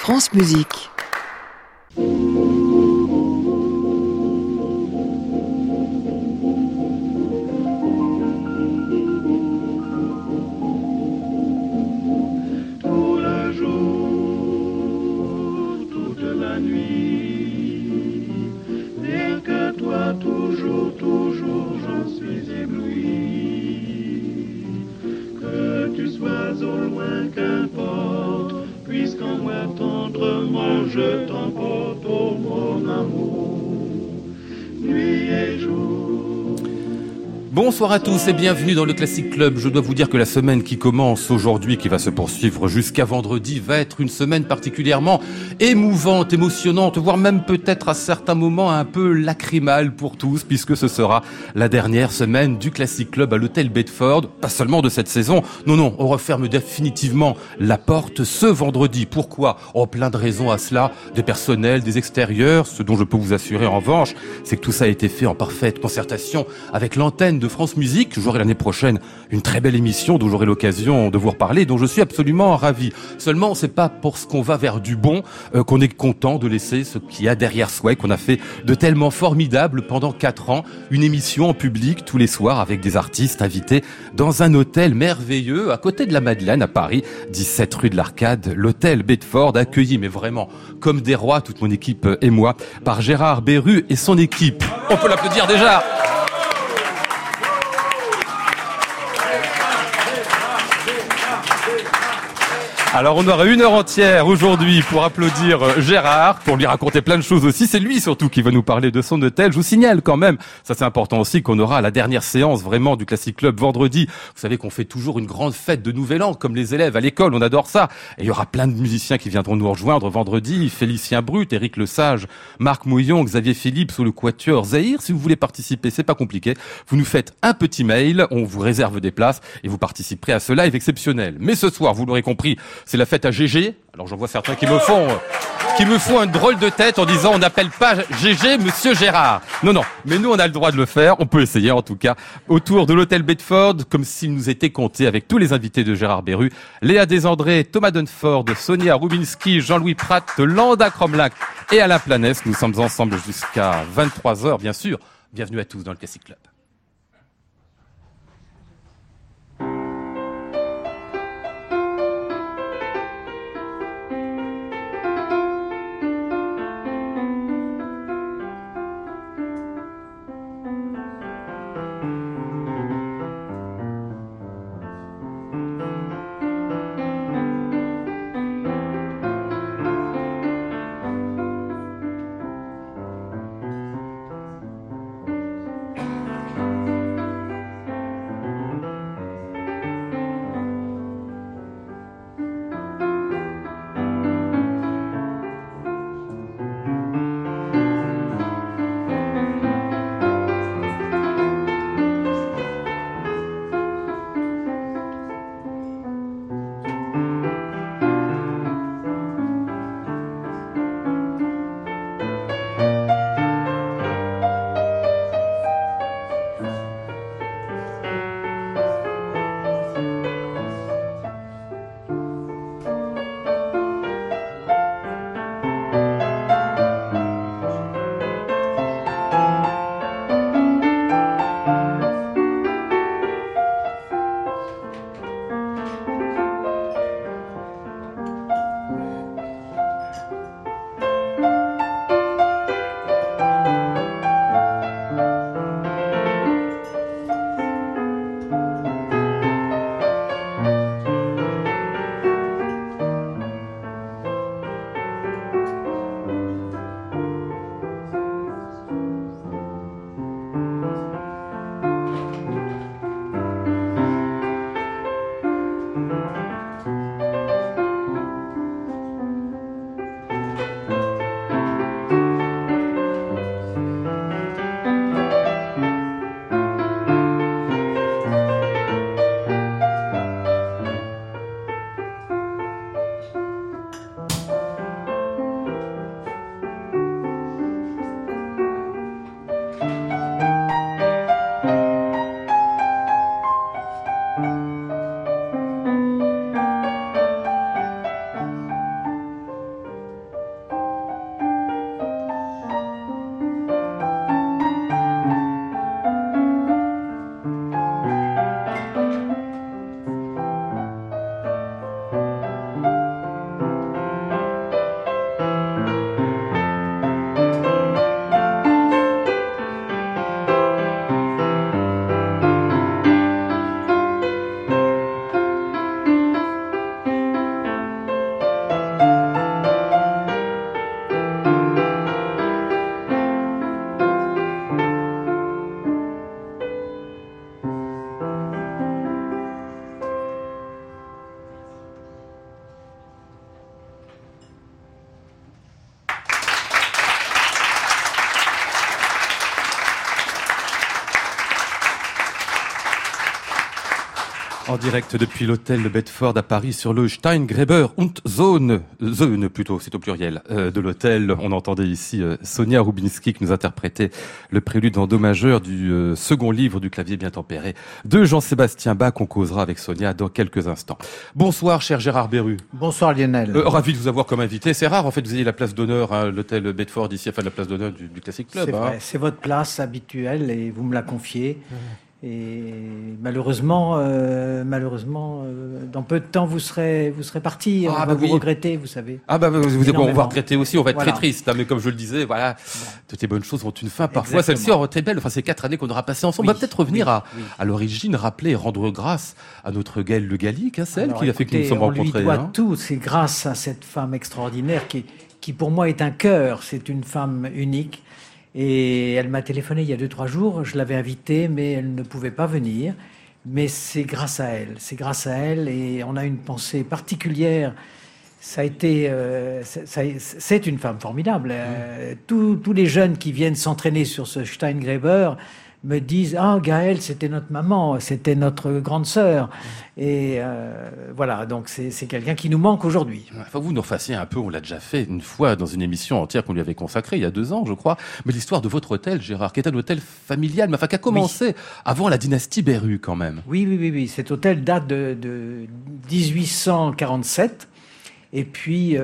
France Musique. Je t'emporte, oh mon amour, nuit et jour. Bonsoir à tous et bienvenue dans le Classic Club. Je dois vous dire que la semaine qui commence aujourd'hui, qui va se poursuivre jusqu'à vendredi, va être une semaine particulièrement émouvante, émotionnante, voire même peut-être à certains moments un peu lacrymale pour tous, puisque ce sera la dernière semaine du Classic Club à l'hôtel Bedford, pas seulement de cette saison. Non, on referme définitivement la porte ce vendredi. Pourquoi ? Oh, plein de raisons à cela, des personnels, des extérieurs. Ce dont je peux vous assurer en revanche, c'est que tout ça a été fait en parfaite concertation avec l'antenne de France Musique. J'aurai l'année prochaine une très belle émission dont j'aurai l'occasion de vous reparler, dont je suis absolument ravi. Seulement, c'est pas pour ce qu'on va vers du bon qu'on est content de laisser ce qu'il y a derrière soi et qu'on a fait de tellement formidable pendant 4 ans. Une émission en public tous les soirs avec des artistes invités dans un hôtel merveilleux à côté de la Madeleine à Paris, 17 rue de l'Arcade, l'hôtel Bedford, accueilli mais vraiment comme des rois, toute mon équipe et moi, par Gérard Berru et son équipe. On peut l'applaudir déjà. Alors on aura 1 heure entière aujourd'hui pour applaudir Gérard, pour lui raconter plein de choses aussi. C'est lui surtout qui va nous parler de son hôtel. Je vous signale quand même, ça c'est important aussi, qu'on aura la dernière séance vraiment du Classic Club vendredi. Vous savez qu'on fait toujours une grande fête de Nouvel An, comme les élèves à l'école, on adore ça. Et il y aura plein de musiciens qui viendront nous rejoindre vendredi. Félicien Brut, Éric Lesage, Marc Mouillon, Xavier Philippe sous le quatuor Zahir. Si vous voulez participer, c'est pas compliqué. Vous nous faites un petit mail, on vous réserve des places et vous participerez à ce live exceptionnel. Mais ce soir, vous l'aurez compris, c'est la fête à GG. Alors j'en vois certains qui me font un drôle de tête en disant on n'appelle pas GG Monsieur Gérard. Non, mais nous on a le droit de le faire, on peut essayer en tout cas, autour de l'hôtel Bedford, comme s'il nous était compté avec tous les invités de Gérard Berru, Léa Desandré, Thomas Dunford, Sonia Rubinski, Jean-Louis Prat, Landa Cromlac et Alain Planès. Nous sommes ensemble jusqu'à 23h bien sûr. Bienvenue à tous dans le Classic Club. En direct depuis l'hôtel Bedford à Paris sur le Steingräber und Zone plutôt, c'est au pluriel, de l'hôtel. On entendait ici Sonia Rubinski qui nous interprétait le prélude en do majeur du second livre du clavier bien tempéré de Jean-Sébastien Bach. On causera avec Sonia dans quelques instants. Bonsoir cher Gérard Berru. Bonsoir Lionel. Ravi de vous avoir comme invité. C'est rare en fait, vous ayez la place d'honneur à l'hôtel Bedford ici, enfin la place d'honneur du Classic Club. C'est vrai, c'est votre place habituelle et vous me la confiez. Et malheureusement, dans peu de temps, vous serez parti. On va vous regretter, vous savez. On va regretter aussi. On va être très triste. Hein, mais comme je le disais, voilà, toutes les bonnes choses ont une fin. Parfois, celle-ci aura été belle. Enfin, ces 4 années qu'on aura passées ensemble. On va peut-être revenir à l'origine, rappeler et rendre grâce à notre Gaëlle Le Gallic, celle qui a fait que nous nous sommes rencontrés. On lui doit tout. C'est grâce à cette femme extraordinaire qui pour moi est un cœur. C'est une femme unique. Et elle m'a téléphoné il y a 2-3 jours. Je l'avais invitée, mais elle ne pouvait pas venir. Mais c'est grâce à elle. C'est grâce à elle. Et on a une pensée particulière. Ça a été, c'est une femme formidable. Tous les jeunes qui viennent s'entraîner sur ce Steingräber me disent « Ah, Gaëlle, c'était notre maman, c'était notre grande sœur. » Et voilà, donc c'est quelqu'un qui nous manque aujourd'hui. Enfin, vous nous refassiez un peu, on l'a déjà fait une fois dans une émission entière qu'on lui avait consacrée il y a 2 ans, je crois. Mais l'histoire de votre hôtel, Gérard, qui est un hôtel familial, mais enfin qui a commencé avant la dynastie Berru quand même. Oui. Cet hôtel date de 1847. Et puis,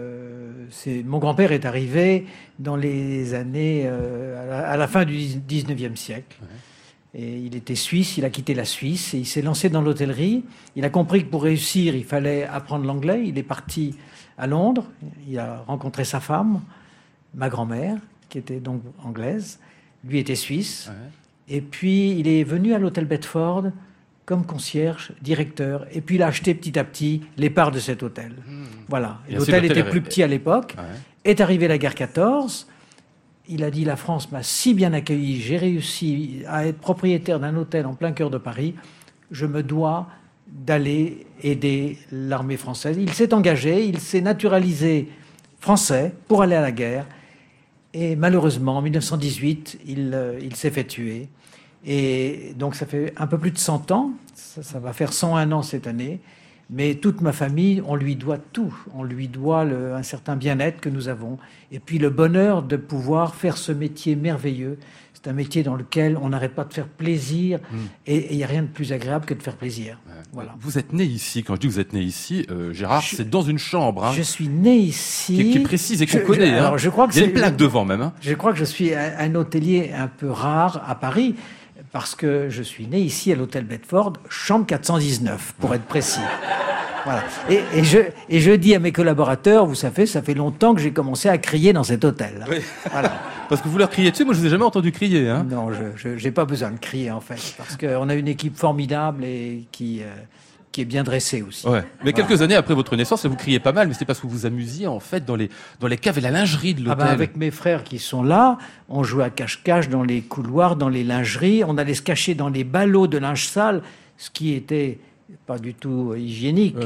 mon grand-père est arrivé dans les années, à la fin du 19e siècle. Ouais. Et il était suisse, il a quitté la Suisse et il s'est lancé dans l'hôtellerie. Il a compris que pour réussir, il fallait apprendre l'anglais. Il est parti à Londres. Il a rencontré sa femme, ma grand-mère, qui était donc anglaise. Lui était suisse. Ouais. Et puis, il est venu à l'hôtel Bedford comme concierge, directeur, et puis il a acheté petit à petit les parts de cet hôtel. Voilà. L'hôtel était plus petit à l'époque. Ouais. Est arrivée la guerre 14. Il a dit « La France m'a si bien accueilli, j'ai réussi à être propriétaire d'un hôtel en plein cœur de Paris. Je me dois d'aller aider l'armée française. » Il s'est engagé, il s'est naturalisé français pour aller à la guerre. Et malheureusement, en 1918, il s'est fait tuer. Et donc, ça fait un peu plus de 100 ans. Ça va faire 101 ans cette année. Mais toute ma famille, on lui doit tout. On lui doit un certain bien-être que nous avons. Et puis le bonheur de pouvoir faire ce métier merveilleux. C'est un métier dans lequel on n'arrête pas de faire plaisir. Et il n'y a rien de plus agréable que de faire plaisir. Ouais. Voilà. Vous êtes né ici. Quand je dis que vous êtes né ici, Gérard, c'est dans une chambre. Hein, je suis né ici. Qui est précise et qu'on connaît. Alors, je crois que il y a une plaque devant même. Hein. Je crois que je suis un hôtelier un peu rare à Paris. Parce que je suis né ici à l'hôtel Bedford, chambre 419, pour être précis. Voilà. Et je dis à mes collaborateurs, vous savez, ça fait longtemps que j'ai commencé à crier dans cet hôtel. Oui. Voilà. Parce que vous leur criez dessus, moi je vous ai jamais entendu crier. Hein. Non, je n'ai pas besoin de crier en fait, parce qu'on a une équipe formidable et qui est bien dressée aussi. Ouais. Mais quelques années après votre naissance, vous criez pas mal, mais c'était parce que vous vous amusiez en fait dans les caves et la lingerie de l'hôtel. Avec mes frères qui sont là, on jouait à cache-cache dans les couloirs, dans les lingeries, on allait se cacher dans les ballots de linge sale, ce qui était pas du tout hygiénique,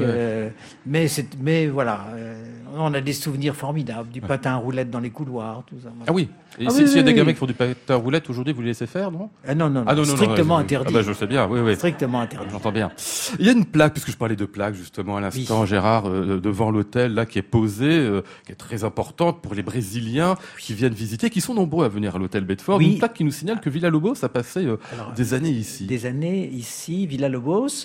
mais voilà, on a des souvenirs formidables, du patin à roulettes dans les couloirs, tout ça. Ah oui. Et s'il y a des gamins qui font du patin à roulettes aujourd'hui, vous les laissez faire, non ? Non, strictement interdit. Je sais bien, oui. Strictement interdit. J'entends bien. Il y a une plaque, puisque je parlais de plaque justement à l'instant, Gérard, devant l'hôtel là qui est posée, qui est très importante pour les Brésiliens qui viennent visiter, qui sont nombreux à venir à l'hôtel Bedford. Une plaque qui nous signale que Villa-Lobos a passé des années ici. Des années ici, Villa-Lobos.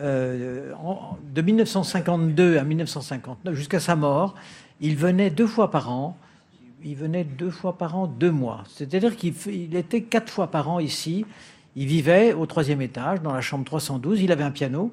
De 1952 à 1959, jusqu'à sa mort, il venait 2 fois par an. Il venait 2 fois par an, 2 mois. C'est-à-dire qu'il était 4 fois par an ici. Il vivait au 3e étage, dans la chambre 312. Il avait un piano.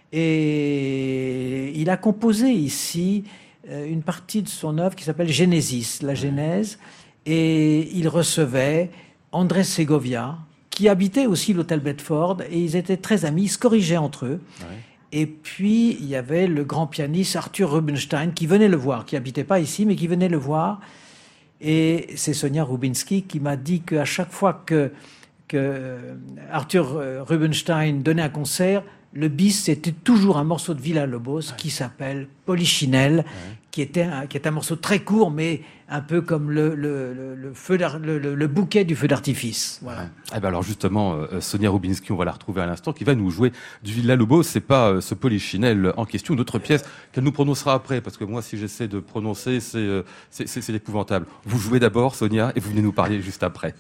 Et il a composé ici une partie de son œuvre qui s'appelle Genesis, la Genèse. Et il recevait Andrés Segovia, qui habitaient aussi l'hôtel Bedford, et ils étaient très amis, ils se corrigeaient entre eux. Ouais. Et puis, il y avait le grand pianiste Arthur Rubinstein, qui venait le voir, qui n'habitait pas ici, mais qui venait le voir. Et c'est Sonia Rubinski qui m'a dit qu'à chaque fois que Arthur Rubinstein donnait un concert, le bis, c'était toujours un morceau de Villa-Lobos qui s'appelle Polichinelle, qui qui est un morceau très court, mais un peu comme le bouquet du feu d'artifice. Voilà. Eh ben alors justement, Sonia Rubinski, on va la retrouver à l'instant, qui va nous jouer du Villa-Lobos. C'est pas ce Polichinelle en question, une autre pièce qu'elle nous prononcera après, parce que moi, si j'essaie de prononcer, c'est épouvantable. Vous jouez d'abord, Sonia, et vous venez nous parler juste après.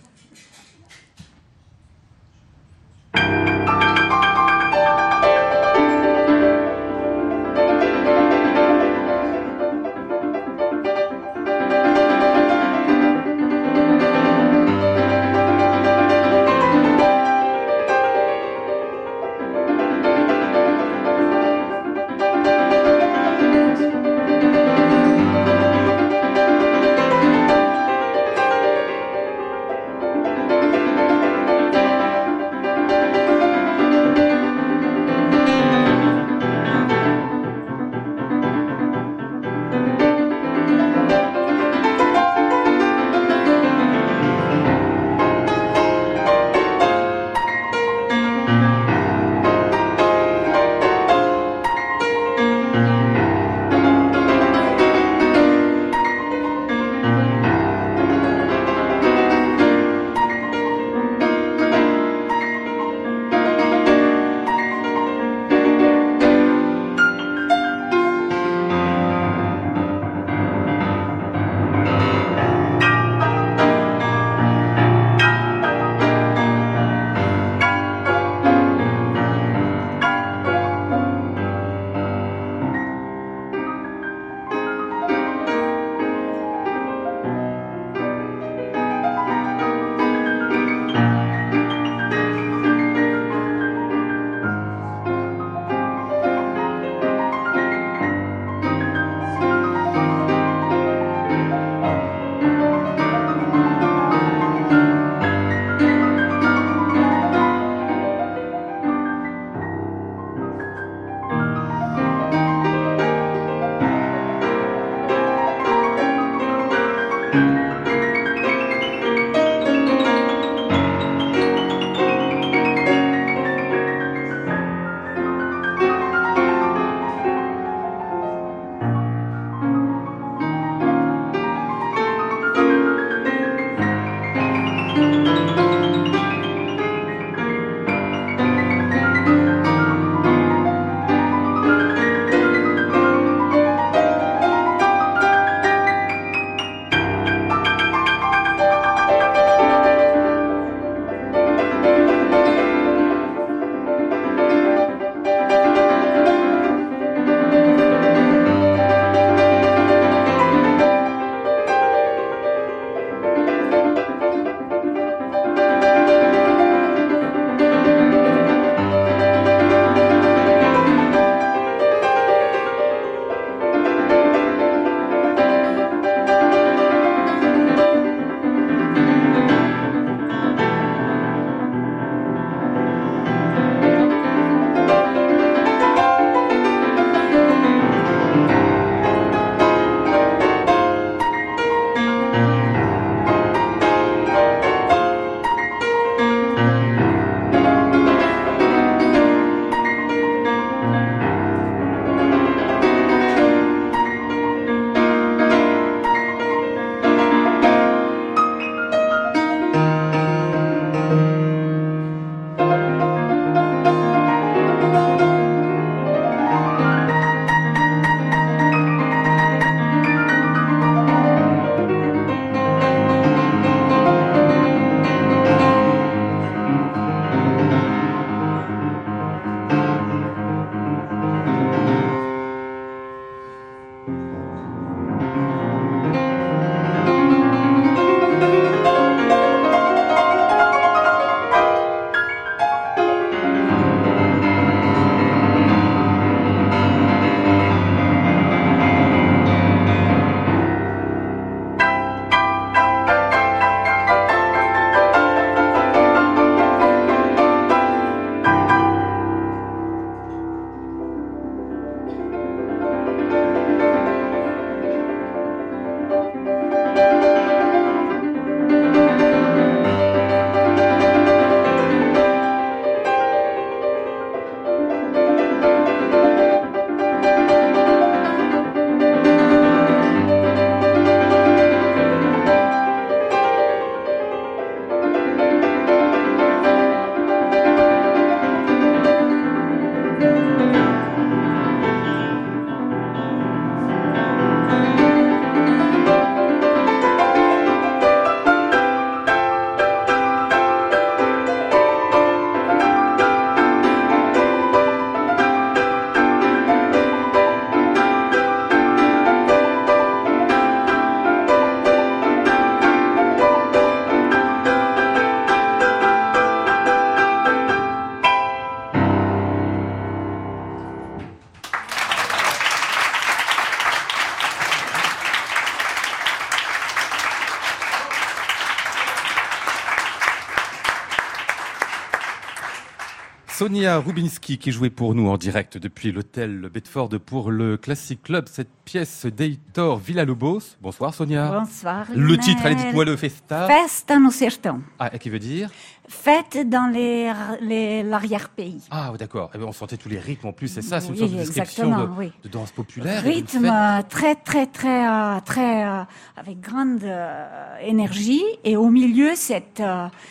Sonia Rubinski qui jouait pour nous en direct depuis l'hôtel Bedford pour le Classic Club, cette pièce d'Heitor Villa-Lobos. Bonsoir Sonia. Bonsoir. Le titre, allez, dites-moi le Festa. Festa no sertão. Ah, qui veut dire? Fête dans l'arrière-pays. Ah, d'accord. Eh bien, on sentait tous les rythmes en plus, c'est ça, c'est une Oui, sorte de description de danse populaire. Rythme très, avec grande énergie. Et au milieu, cet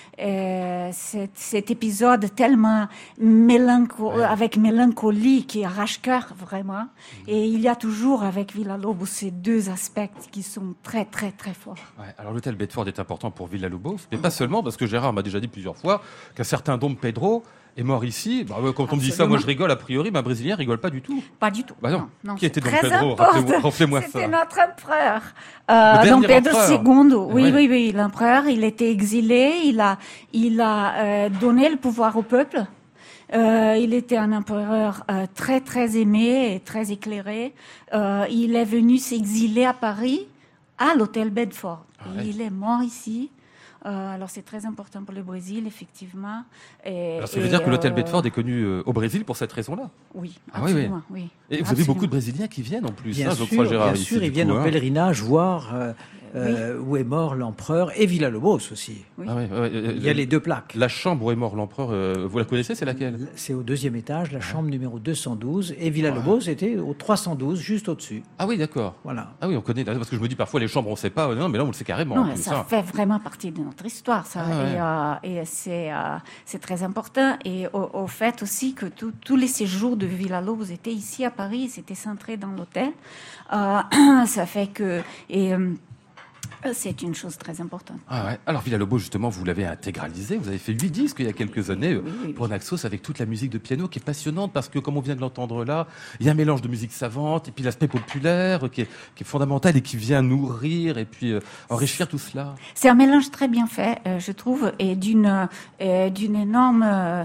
épisode tellement avec mélancolie qui arrache-cœur, vraiment. Et il y a toujours avec Villa-Lobos ces deux aspects qui sont très forts. Ouais, alors l'hôtel Bedford est important pour Villa-Lobos, mais pas seulement, parce que Gérard m'a déjà dit plusieurs fois qu'un certain Dom Pedro est mort ici. Bah, quand on me dit ça, moi je rigole a priori, mais un Brésilien rigole pas du tout. Pas du tout. Bah non. Qui était Dom très Pedro? Rappelez-moi ça. C'était notre empereur. Dom Pedro II. Ouais. Oui. L'empereur, il était exilé. Il a donné le pouvoir au peuple. Il était un empereur très aimé et très éclairé. Il est venu s'exiler à Paris, à l'hôtel Bedford. Ouais. Et il est mort ici. Alors c'est très important pour le Brésil, effectivement. Alors ça veut dire que l'hôtel Bedford est connu au Brésil pour cette raison-là? Oui, Ah, absolument. Oui. Et vous avez beaucoup de Brésiliens qui viennent en plus, Bien je crois, Gérard. bien sûr, ils du viennent coup, au pèlerinage voir où est mort l'empereur et Villa-Lobos aussi. Oui. Ah ouais, Il y a les deux plaques. La chambre où est mort l'empereur, vous la connaissez, c'est laquelle? C'est au 2e étage, la chambre numéro 212, et Villa-Lobos était au 312, juste au-dessus. Ah oui, d'accord. Voilà. Ah oui, on connaît, parce que je me dis parfois les chambres on ne sait pas, non mais là on le sait carrément. Non, en plus, ça fait vraiment partie de notre histoire, ça. Ah ouais. Et c'est très important. Et au fait aussi que tous les séjours de Villa-Lobos étaient ici à Paris, c'était centré dans l'hôtel. Ça fait que... c'est une chose très importante. Ah ouais. Alors Villa-Lobos, justement, vous l'avez intégralisé. Vous avez fait 8 disques il y a quelques années Oui. pour Naxos avec toute la musique de piano qui est passionnante parce que, comme on vient de l'entendre là, il y a un mélange de musique savante et puis l'aspect populaire qui est fondamental et qui vient nourrir et puis enrichir tout cela. C'est un mélange très bien fait, je trouve, et d'une énorme...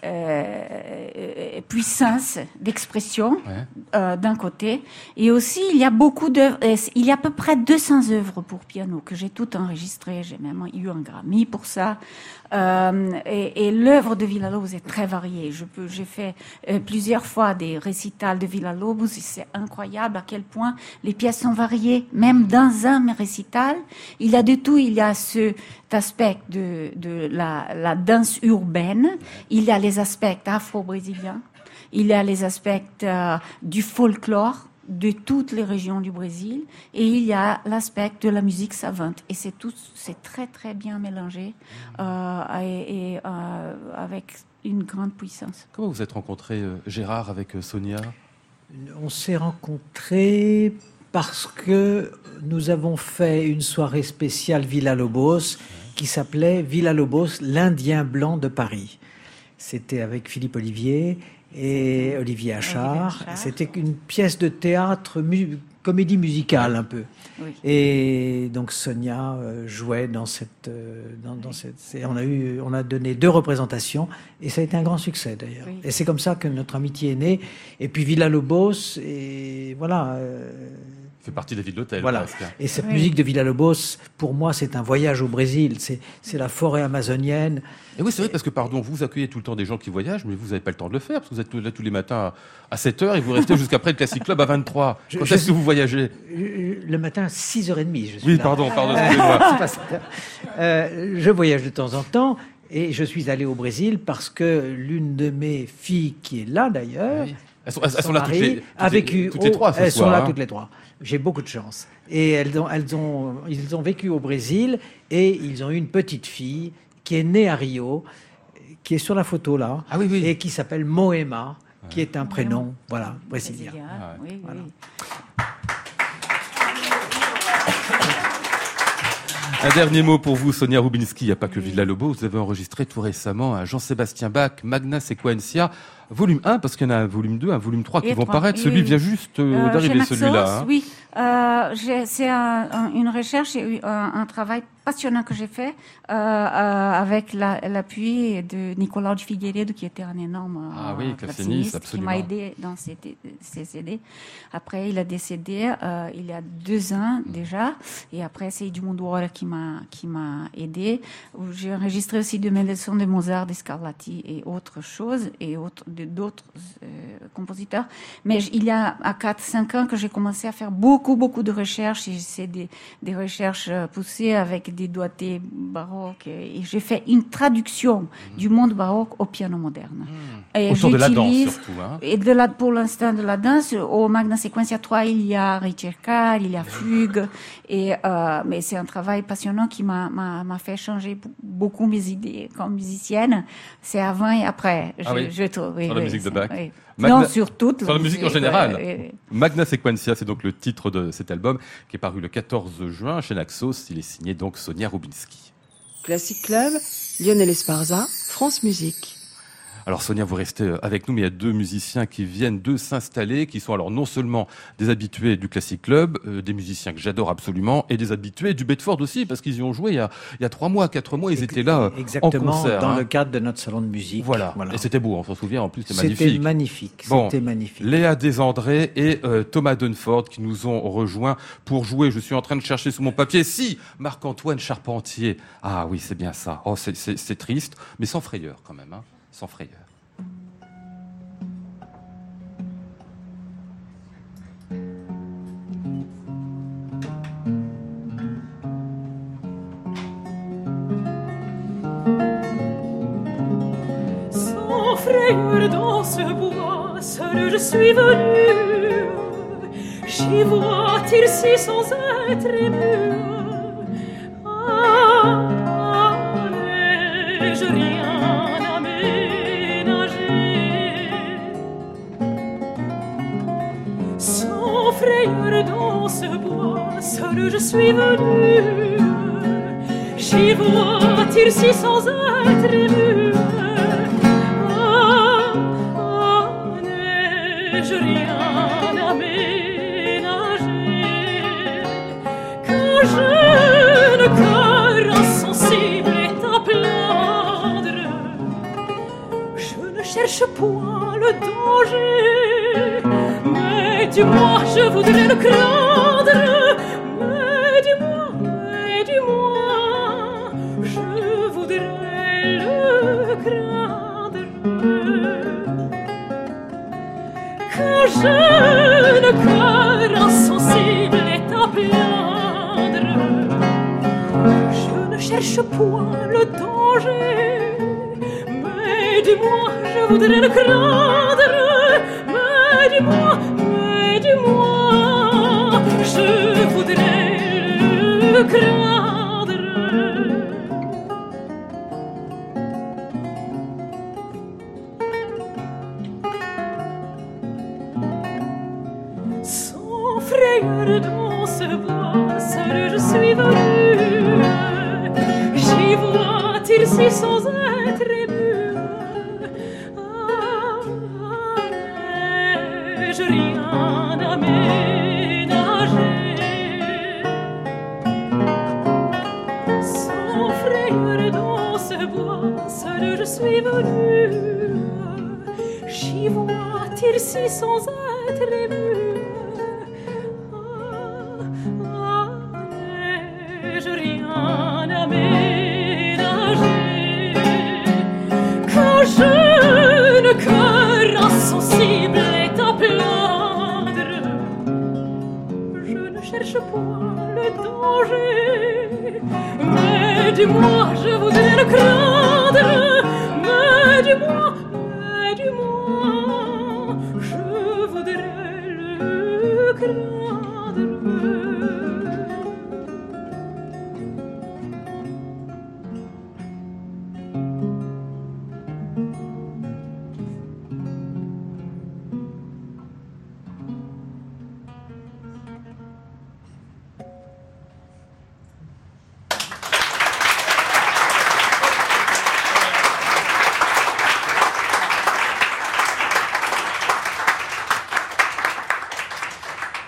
puissance d'expression d'un côté, et aussi il y a il y a à peu près 200 œuvres pour piano que j'ai toutes enregistrées. J'ai même eu un Grammy pour ça. Et l'œuvre de Villa-Lobos est très variée. J'ai fait plusieurs fois des récitals de Villa-Lobos et c'est incroyable à quel point les pièces sont variées. Même dans un récital, il y a de tout. Il y a cet aspect de la danse urbaine, il y a les aspects afro-brésiliens, il y a les aspects du folklore de toutes les régions du Brésil, et il y a l'aspect de la musique savante. Et c'est très bien mélangé avec une grande puissance. Comment vous êtes rencontré, Gérard, avec Sonia? On s'est rencontrés parce que nous avons fait une soirée spéciale Villa-Lobos qui s'appelait Villa-Lobos, l'Indien blanc de Paris. C'était avec Philippe Olivier et Olivier Achard. C'était une pièce de théâtre, comédie musicale un peu. Oui. Et donc Sonia jouait dans cette... on a donné 2 représentations et ça a été un grand succès d'ailleurs. Oui. Et c'est comme ça que notre amitié est née. Et puis Villa-Lobos, et voilà... fait partie des villes d'hôtel. Voilà. Presque. Et cette musique de Villa-Lobos, pour moi, c'est un voyage au Brésil. C'est la forêt amazonienne. Et oui, c'est vrai, parce que, pardon, vous accueillez tout le temps des gens qui voyagent, mais vous n'avez pas le temps de le faire, parce que vous êtes là tous les matins à 7h et vous restez jusqu'après le Classic Club à 23. Quand est-ce que vous voyagez? Le matin, à 6h30, je suis Oui, là. pardon, excusez-moi. Je voyage de temps en temps. Et je suis allé au Brésil parce que l'une de mes filles, qui est là d'ailleurs, Oui. Elles sont là toutes les trois ce elles soir, sont là hein. toutes les 3. J'ai beaucoup de chance. Et ils ont vécu au Brésil et ils ont eu une petite fille qui est née à Rio, qui est sur la photo là, Ah oui. et qui s'appelle Moema, qui est un prénom, voilà, brésilien. Ah ouais. Oui. Un dernier mot pour vous, Sonia Rubinski. Il n'y a pas que Villa-Lobos. Vous avez enregistré tout récemment un Jean-Sébastien Bach, Magna Sequentia, Volume 1, parce qu'il y en a un volume 2, un volume 3 qui Et vont 3, paraître. Celui vient juste d'arriver, chez celui-là. Naxos, oui. C'est une recherche et un travail passionnant que j'ai fait avec l'appui de Nicolas de Figueiredo, qui était un énorme claveciniste, qui m'a aidé dans ces CD. Après, il a décédé il y a 2 ans déjà, et après c'est Edmundo Hora qui m'a aidé. J'ai enregistré aussi de Mendelssohn, de Mozart, de Scarlatti et autres choses, et d'autres compositeurs. Mais il y a à 4-5 ans que j'ai commencé à faire beaucoup de recherches, et c'est des recherches poussées avec des doigtés baroques, et j'ai fait une traduction du monde baroque au piano moderne. Et autour de la danse surtout. Hein. Et pour l'instant de la danse, au Magna Sequentia 3, il y a ricercar, il y a fugue, mais c'est un travail passionnant qui m'a fait changer beaucoup mes idées comme musicienne. C'est avant et après. Je trouve. Sur la musique de Bach. Oui. Non, sur toute la musique en général. Oui. Magna Sequentia, c'est donc le titre de cet album qui est paru le 14 juin chez Naxos. Il est signé donc Sonia Rubinski. Classic Club, Lionel Esparza, France Musique. Alors Sonia, vous restez avec nous, mais il y a 2 musiciens qui viennent de s'installer, qui sont alors non seulement des habitués du Classic Club, des musiciens que j'adore absolument, et des habitués du Bedford aussi, parce qu'ils y ont joué il y a 3 mois, 4 mois, ils étaient là en concert. Dans le cadre de notre salon de musique. Voilà. Et c'était beau, on s'en souvient, en plus c'était magnifique. C'était magnifique. Léa Desandré et Thomas Dunford qui nous ont rejoints pour jouer. Je suis en train de chercher sous mon papier. Si, Marc-Antoine Charpentier. Ah oui, c'est bien ça. Oh, c'est triste, mais sans frayeur quand même, hein. Sans frayeur. Sans frayeur dans ce bois, seul je suis venu. J'y vois Tircis sans être ému. N'ai-je rien frayeur dans ce bois, seul je suis venu. J'y vois Tircis sans être ému. N'ai-je rien aménagé qu'un jeune cœur insensible est à plaindre. Je ne cherche point le danger, mais dis-moi, je voudrais le craindre. Mais dis-moi, je voudrais le craindre. Qu'un jeune cœur insensible est à plaindre. Je ne cherche point le danger, mais dis-moi, je voudrais le craindre. Mais dis-moi, je voudrais le craindre. Sans frayeur dans ce bois, seul je suis venu. J'y vois Tircis sans être ému. N'ai-je rien aménagé? Sans frayeur dans ce bois, seul je suis venu. J'y vois Tircis sans être ému. N'ai-je rien aménagé qu'un jeune cœur insensible est à plaindre. Je ne cherche point le danger, mais dis-moi, je voudrais le craindre. Mais dis-moi, je voudrais le craindre.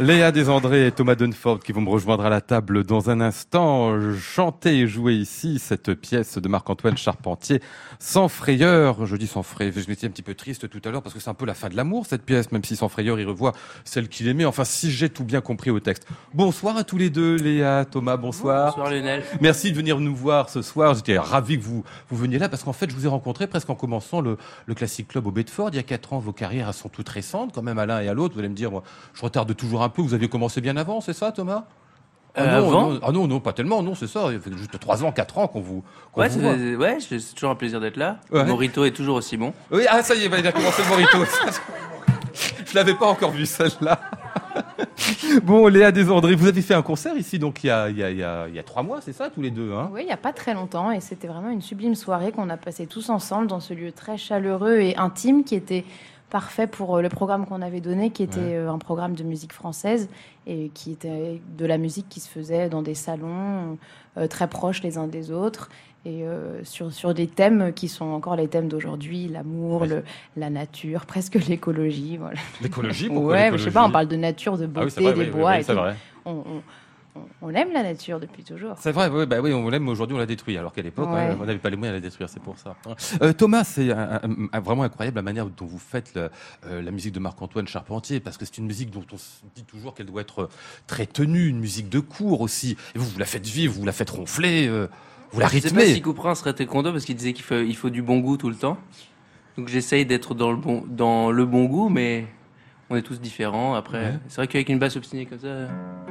Léa Desandré et Thomas Dunford qui vont me rejoindre à la table dans un instant. Chanter et jouer ici cette pièce de Marc-Antoine Charpentier, Sans frayeur. Je dis sans frayeur, je m'étais un petit peu triste tout à l'heure parce que c'est un peu la fin de l'amour cette pièce, même si Sans frayeur il revoit celle qu'il aimait. Enfin, si j'ai tout bien compris au texte. Bonsoir à tous les deux, Léa, Thomas, bonsoir. Bonsoir Lionel. Merci de venir nous voir ce soir. J'étais ravi que vous veniez là parce qu'en fait, je vous ai rencontré presque en commençant le Classic Club au Bedford. Il y a 4 ans, vos carrières sont toutes récentes quand même à l'un et à l'autre. Vous allez me dire, moi, je retarde toujours un peu. Vous aviez commencé bien avant, c'est ça, Thomas? Avant non, pas tellement, non, c'est ça. Il fait juste 3 ans, 4 ans qu'on vous voit. C'est toujours un plaisir d'être là. Ouais. Le Morito est toujours aussi bon. Oui, ça y est, il a commencé le Morito. Je l'avais pas encore vu, celle-là. Bon, Léa Desandré, vous avez fait un concert ici, donc il y a 3 mois, c'est ça, tous les deux, hein? Oui, il n'y a pas très longtemps, et c'était vraiment une sublime soirée qu'on a passée tous ensemble dans ce lieu très chaleureux et intime qui était parfait pour le programme qu'on avait donné, qui était un programme de musique française et qui était de la musique qui se faisait dans des salons très proches les uns des autres et sur des thèmes qui sont encore les thèmes d'aujourd'hui, l'amour, la nature, presque l'écologie. Voilà. L'écologie, pourquoi ouais, l'écologie? Je sais pas, on parle de nature, de beauté, vrai, des bois. Oui, c'est vrai. On aime la nature depuis toujours. C'est vrai, oui, on l'aime, mais aujourd'hui on la détruit, alors qu'à l'époque, on n'avait pas les moyens de la détruire, c'est pour ça. Thomas, c'est vraiment incroyable la manière dont vous faites la musique de Marc-Antoine Charpentier, parce que c'est une musique dont on se dit toujours qu'elle doit être très tenue, une musique de cour aussi. Et vous la faites vivre, vous la faites ronfler, vous la rythmez. Je sais pas si Couperin serait très content parce qu'il disait qu'il faut du bon goût tout le temps. Donc j'essaye d'être dans le bon goût, mais on est tous différents. Après, c'est vrai qu'avec une basse obstinée comme ça...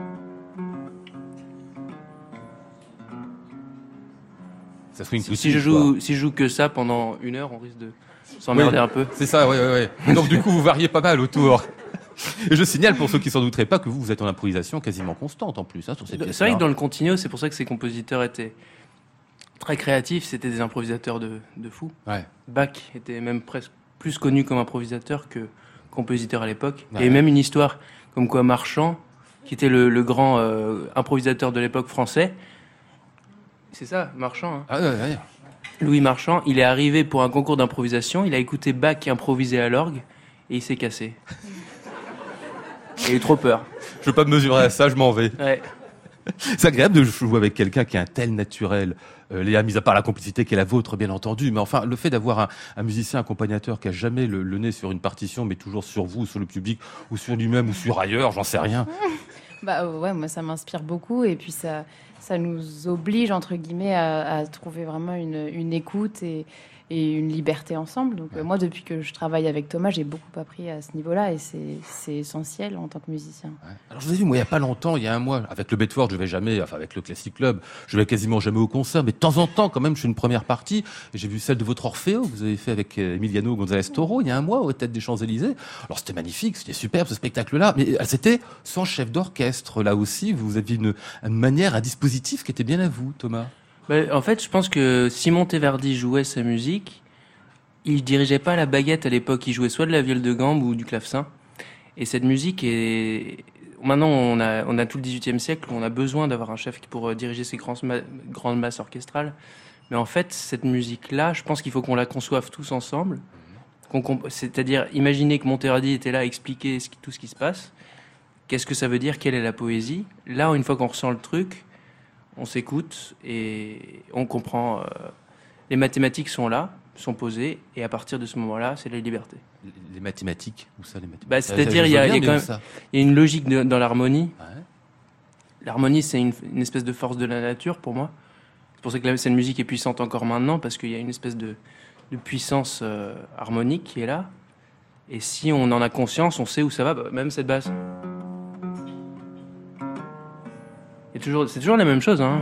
Si je joue que ça pendant 1 heure, on risque de s'emmerder un peu. C'est ça, oui. Donc du coup, vous variez pas mal autour. Et je signale pour ceux qui s'en douteraient pas que vous êtes en improvisation quasiment constante en plus sur ces pièces. C'est vrai que dans le continuo, c'est pour ça que ces compositeurs étaient très créatifs. C'était des improvisateurs de fou. Ouais. Bach était même presque plus connu comme improvisateur que compositeur à l'époque. Ouais. Et même une histoire comme quoi Marchand, qui était le grand improvisateur de l'époque français. C'est ça, Marchand. Hein. Ouais. Louis Marchand, il est arrivé pour un concours d'improvisation, il a écouté Bach improviser à l'orgue et il s'est cassé. Il a eu trop peur. Je veux pas me mesurer à ça, je m'en vais. Ouais. C'est agréable de jouer avec quelqu'un qui a un tel naturel. Léa, mis à part la complicité qui est la vôtre, bien entendu, mais enfin, le fait d'avoir un musicien accompagnateur qui a jamais le nez sur une partition, mais toujours sur vous, sur le public, ou sur lui-même, ou sur ailleurs, j'en sais rien. Moi ça m'inspire beaucoup et puis ça nous oblige entre guillemets à trouver vraiment une écoute et une liberté ensemble. Donc moi depuis que je travaille avec Thomas, j'ai beaucoup appris à ce niveau-là et c'est essentiel en tant que musicien. Ouais. Alors je vous ai vu, moi il y a pas longtemps, il y a 1 mois, avec le Bedford, je vais jamais, enfin avec le Classic Club, je vais quasiment jamais au concert, mais de temps en temps quand même, je fais une première partie et j'ai vu celle de votre Orfeo que vous avez fait avec Emiliano González Toro il y a 1 mois aux Têtes des Champs-Élysées. Alors c'était magnifique, c'était superbe ce spectacle-là, mais c'était sans chef d'orchestre. Là aussi, vous aviez une manière, un dispositif qui était bien à vous, Thomas. En fait, je pense que Simon Tevardi jouait sa musique. Il dirigeait pas la baguette à l'époque. Il jouait soit de la viole de gambe ou du clavecin. Et cette musique est... Maintenant, on a tout le XVIIIe siècle. On a besoin d'avoir un chef pour diriger ces grandes masses orchestrales. Mais en fait, cette musique-là, je pense qu'il faut qu'on la conçoive tous ensemble. C'est-à-dire, imaginez que Monteverdi était là à expliquer tout ce qui se passe. Qu'est-ce que ça veut dire? Quelle est la poésie? Là, une fois qu'on ressent le truc, on s'écoute et on comprend. Les mathématiques sont là, sont posées, et à partir de ce moment-là, c'est la liberté. Les mathématiques? Où ça, les mathématiques? C'est-à-dire, il y a une logique dans l'harmonie. Ouais. L'harmonie, c'est une espèce de force de la nature pour moi. C'est pour ça que cette musique est puissante encore maintenant, parce qu'il y a une espèce de puissance harmonique qui est là. Et si on en a conscience, on sait où ça va, même cette basse. C'est toujours la même chose, hein.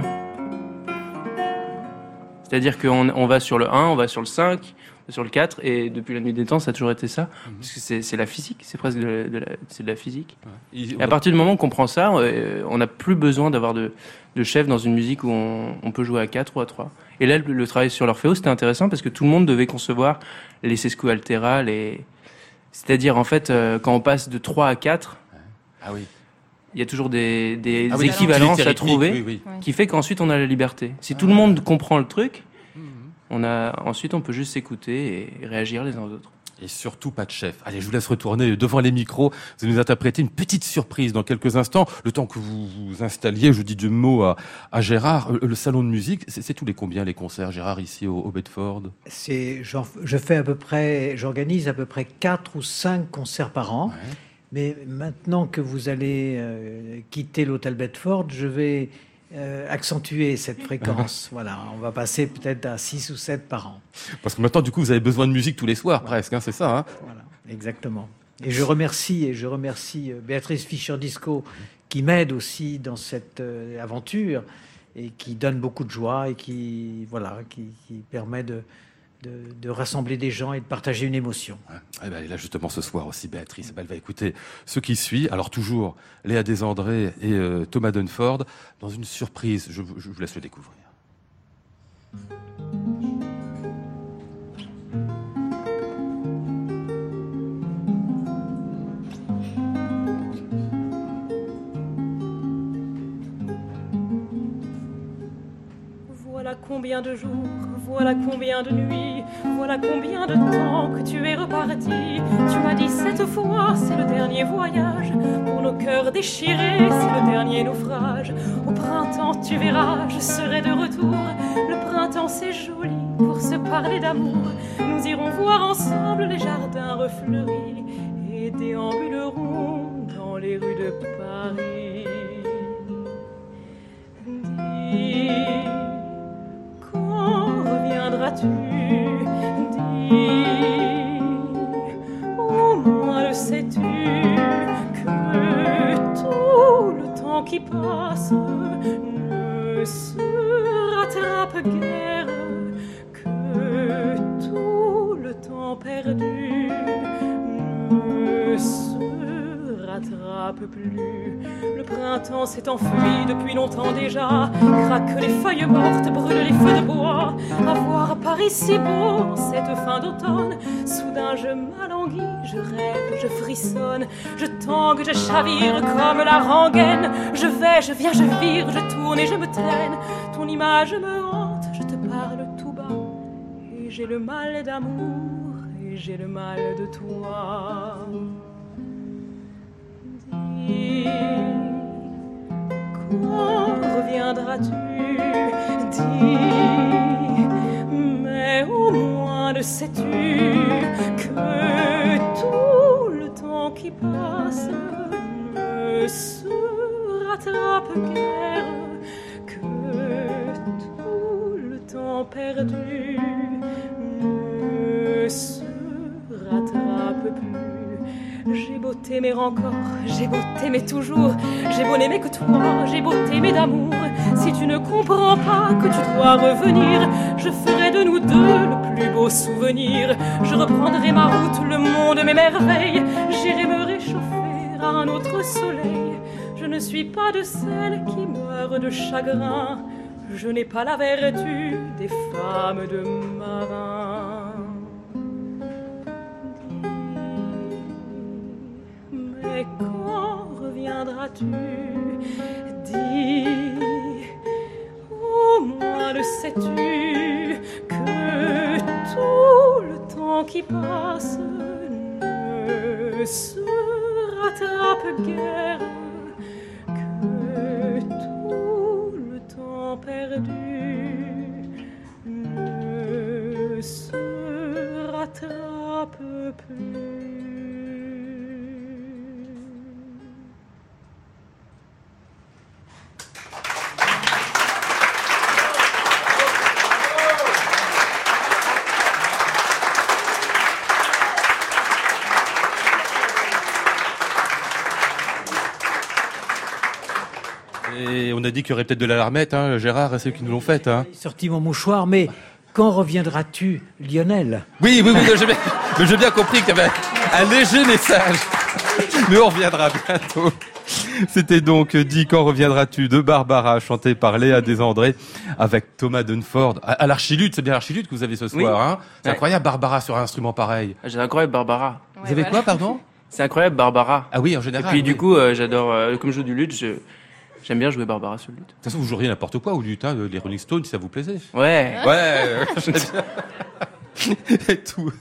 C'est-à-dire qu'on va sur le 1, on va sur le 5, on va sur le 4, et depuis la nuit des temps, ça a toujours été ça. Parce que c'est la physique, c'est presque c'est de la physique. Ouais. Et à partir du moment où on comprend ça, on n'a plus besoin d'avoir de chef dans une musique où on peut jouer à 4 ou à 3. Et là, le travail sur l'Orfeo, c'était intéressant parce que tout le monde devait concevoir les sescu altera, c'est-à-dire, en fait, quand on passe de 3 à 4... Ah oui. Il y a toujours des équivalences à trouver, qui fait qu'ensuite on a la liberté. Si tout le monde comprend le truc, ensuite on peut juste s'écouter et réagir les uns aux autres. Et surtout pas de chef. Allez, je vous laisse retourner devant les micros. Vous allez nous interpréter une petite surprise dans quelques instants. Le temps que vous vous installiez, je dis deux mots à Gérard. Le salon de musique, c'est tous les combien les concerts, Gérard, ici au Bedford? J'organise à peu près 4 ou 5 concerts par an. Ouais. Mais maintenant que vous allez quitter l'hôtel Bedford, je vais accentuer cette fréquence. Voilà, on va passer peut-être à 6 ou 7 par an. Parce que maintenant, du coup, vous avez besoin de musique tous les soirs, presque, hein, c'est ça, hein? Voilà, exactement. Et je remercie Béatrice Fischer-Disco qui m'aide aussi dans cette aventure et qui donne beaucoup de joie et qui permet de rassembler des gens et de partager une émotion. Elle est là justement ce soir aussi, Béatrice. Elle va écouter ce qui suit. Alors toujours Léa Desandré et Thomas Dunford dans une surprise. Je vous laisse le découvrir. Voilà combien de jours, voilà combien de nuits, voilà combien de temps que tu es reparti. Tu m'as dit cette fois, c'est le dernier voyage. Pour nos cœurs déchirés, c'est le dernier naufrage. Au printemps, tu verras, je serai de retour. Le printemps, c'est joli pour se parler d'amour. Nous irons voir ensemble les jardins refleuris et déambulerons dans les rues de Paris. Dis, reviendras-tu? Dis, au moins le sais-tu que tout le temps qui passe ne se rattrape guère, que tout le temps perdu ne se rattrape plus. Le printemps s'est enfui depuis longtemps déjà. Craquent les feuilles mortes, brûlent les feux de bois. À voir Paris si beau, cette fin d'automne. Soudain je m'alanguis, je rêve, je frissonne. Je tangue, je chavire comme la rengaine. Je vais, je viens, je vire, je tourne et je me traîne. Ton image me hante, je te parle tout bas. Et j'ai le mal d'amour, et j'ai le mal de toi. Dis, quand reviendras-tu? Dis, mais au moins le sais-tu que tout le temps qui passe ne se rattrape guère, que tout le temps perdu ne se rattrape plus. J'ai beau t'aimer encore, j'ai beau t'aimer toujours, j'ai beau n'aimer que toi, j'ai beau t'aimer d'amour. Si tu ne comprends pas que tu dois revenir, je ferai de nous deux le plus beau souvenir. Je reprendrai ma route, le monde m'émerveille, j'irai me réchauffer à un autre soleil. Je ne suis pas de celles qui meurent de chagrin, je n'ai pas la vertu des femmes de marins. Mais quand reviendras-tu? Dis, au moins le sais-tu que tout le temps qui passe ne se rattrape guère, que tout le temps perdu ne se rattrape plus. Et on a dit qu'il y aurait peut-être de la larmette, hein, Gérard, c'est ceux qui nous l'ont faite. Hein. J'ai sorti mon mouchoir, mais quand reviendras-tu, Lionel? Oui, j'ai bien compris qu'il y avait un léger message. Mais on reviendra bientôt. C'était donc dit Quand reviendras-tu de Barbara, chanté par Léa Desandré avec Thomas Dunford. À l'archiluth, c'est bien l'archiluth que vous avez ce soir. Oui. Hein, c'est incroyable, Barbara, sur un instrument pareil. C'est incroyable, Barbara. Ouais, vous avez quoi, pardon? C'est incroyable, Barbara. Ah oui, en général. Et puis du coup, j'adore, comme je joue du luth, j'aime bien jouer Barbara sur le luth. De toute façon, vous joueriez n'importe quoi au luth, hein, les Rolling Stones, si ça vous plaisait. Ouais. Ouais. Et tout.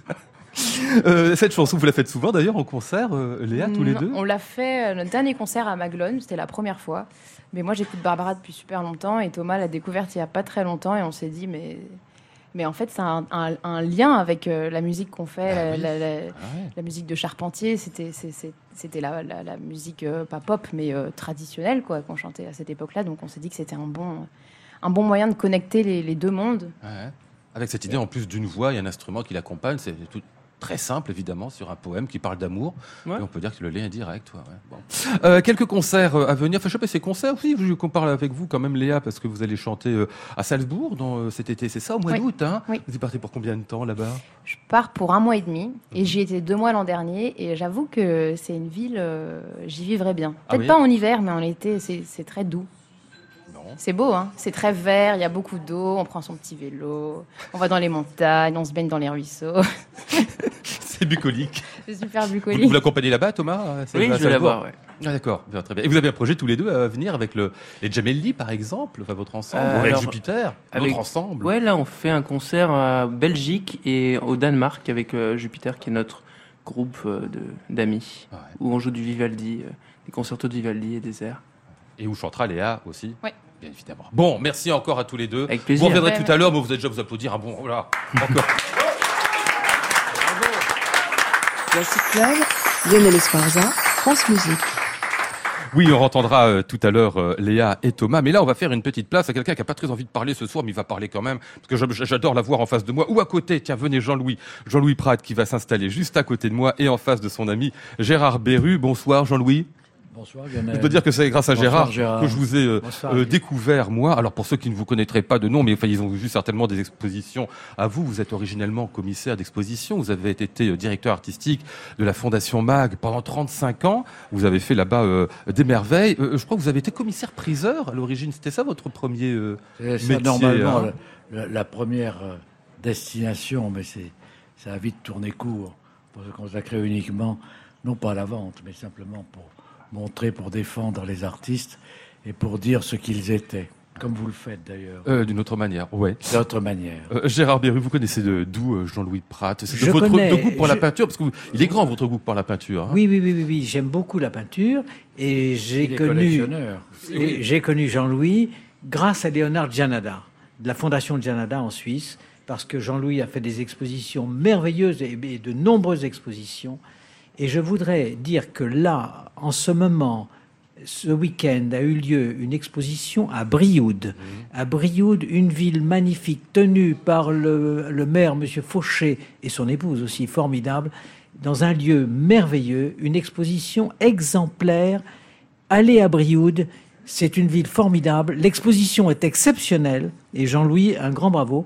Cette chanson, vous la faites souvent d'ailleurs en concert, Léa, tous les deux? On l'a fait, notre dernier concert à Maglone, c'était la première fois. Mais moi, j'écoute Barbara depuis super longtemps et Thomas l'a découverte il n'y a pas très longtemps et on s'est dit, mais en fait, c'est un lien avec la musique qu'on fait, la musique de Charpentier. C'était la musique, pas pop, mais traditionnelle, quoi, qu'on chantait à cette époque-là. Donc on s'est dit que c'était un bon moyen de connecter les deux mondes. Ouais. Avec cette idée, en plus d'une voix et un instrument qui l'accompagne, c'est tout très simple, évidemment, sur un poème qui parle d'amour. Ouais. Et on peut dire que le lien est direct. Ouais. Bon. Quelques concerts à venir. Enfin, je sais pas, ces concerts aussi, qu'on parle avec vous quand même, Léa, parce que vous allez chanter à Salzbourg cet été. C'est ça, au mois d'août, hein? Oui. Vous y partez pour combien de temps là-bas? Je pars pour 1 mois et demi. Et j'y étais 2 mois l'an dernier. Et j'avoue que c'est une ville, j'y vivrais bien. Peut-être pas en hiver, mais en été, c'est très doux. C'est beau, hein. C'est très vert, il y a beaucoup d'eau, on prend son petit vélo, on va dans les montagnes, on se baigne dans les ruisseaux. C'est bucolique. C'est super bucolique. Vous l'accompagnez là-bas, Thomas? Oui, je vais la voir, ouais. Ah, d'accord, bien, très bien. Et vous avez un projet tous les deux à venir avec les Gemelli, par exemple, enfin votre ensemble, ou avec Jupiter, votre ensemble? Ouais, là on fait un concert à Belgique et au Danemark avec Jupiter, qui est notre groupe d'amis, où on joue du Vivaldi, des concertos de Vivaldi et des airs. Et où chantera Léa aussi. Oui. Bien évidemment. Bon, merci encore à tous les deux. Avec plaisir. Vous reviendrez tout à l'heure, mais vous allez déjà vous applaudir. Bon, voilà. Encore. Classic Club, Lionel Esparza, France Musique. Oui, on entendra tout à l'heure Léa et Thomas. Mais là, on va faire une petite place à quelqu'un qui n'a pas très envie de parler ce soir, mais il va parler quand même, parce que j'adore la voir en face de moi. Ou à côté, tiens, venez Jean-Louis Prat, qui va s'installer juste à côté de moi et en face de son ami Gérard Berru. Bonsoir, Jean-Louis. Bonsoir Lionel. Je dois dire que c'est grâce à Gérard que je vous ai découvert, moi. Alors pour ceux qui ne vous connaîtraient pas de nom, mais enfin, ils ont vu certainement des expositions à vous. Vous êtes originellement commissaire d'exposition. Vous avez été directeur artistique de la Fondation MAG pendant 35 ans. Vous avez fait là-bas des merveilles. Je crois que vous avez été commissaire-priseur à l'origine. C'était ça votre premier métier? Normalement, la première destination, mais ça a vite tourné court pour se consacrer uniquement, non pas à la vente, mais simplement pour montrer, pour défendre les artistes et pour dire ce qu'ils étaient, comme vous le faites d'ailleurs. D'une autre manière, ouais. D'autre manière. Gérard Berru, vous connaissez d'où Jean-Louis Prat? C'est de votre goût pour la peinture, parce qu'il est grand votre goût pour la peinture. Hein. Oui, j'aime beaucoup la peinture et j'ai connu Jean-Louis grâce à Léonard Gianada, de la Fondation Gianada en Suisse, parce que Jean-Louis a fait des expositions merveilleuses et de nombreuses expositions. Et je voudrais dire que là, en ce moment, ce week-end a eu lieu une exposition à Brioude. À Brioude, une ville magnifique tenue par le maire, M. Fauché, et son épouse aussi, formidable, dans un lieu merveilleux, une exposition exemplaire. Allez à Brioude, c'est une ville formidable. L'exposition est exceptionnelle, et Jean-Louis, un grand bravo.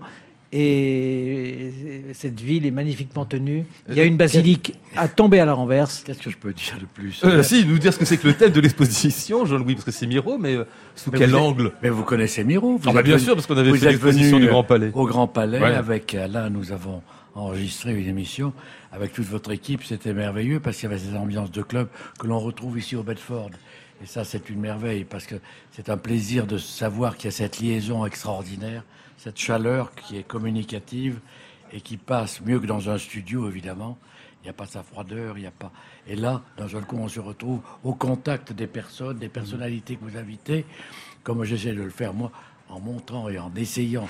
Et cette ville est magnifiquement tenue. Il y a une basilique à tomber à la renverse. Qu'est-ce que je peux dire de plus? Si, nous dire ce que c'est que le thème de l'exposition, Jean-Louis, parce que c'est Miro, mais sous quel angle? Mais vous connaissez Miro. Bien sûr, parce qu'on avait fait l'exposition du Grand Palais. Au Grand Palais, avec Alain, nous avons enregistré une émission avec toute votre équipe. C'était merveilleux parce qu'il y avait ces ambiances de club que l'on retrouve ici au Bedford. Et ça, c'est une merveille parce que c'est un plaisir de savoir qu'il y a cette liaison extraordinaire, cette chaleur qui est communicative et qui passe mieux que dans un studio, évidemment. Il n'y a pas sa froideur, il n'y a pas... Et là, d'un seul coup, on se retrouve au contact des personnes, des personnalités que vous invitez, comme j'essaie de le faire, moi, en montrant et en essayant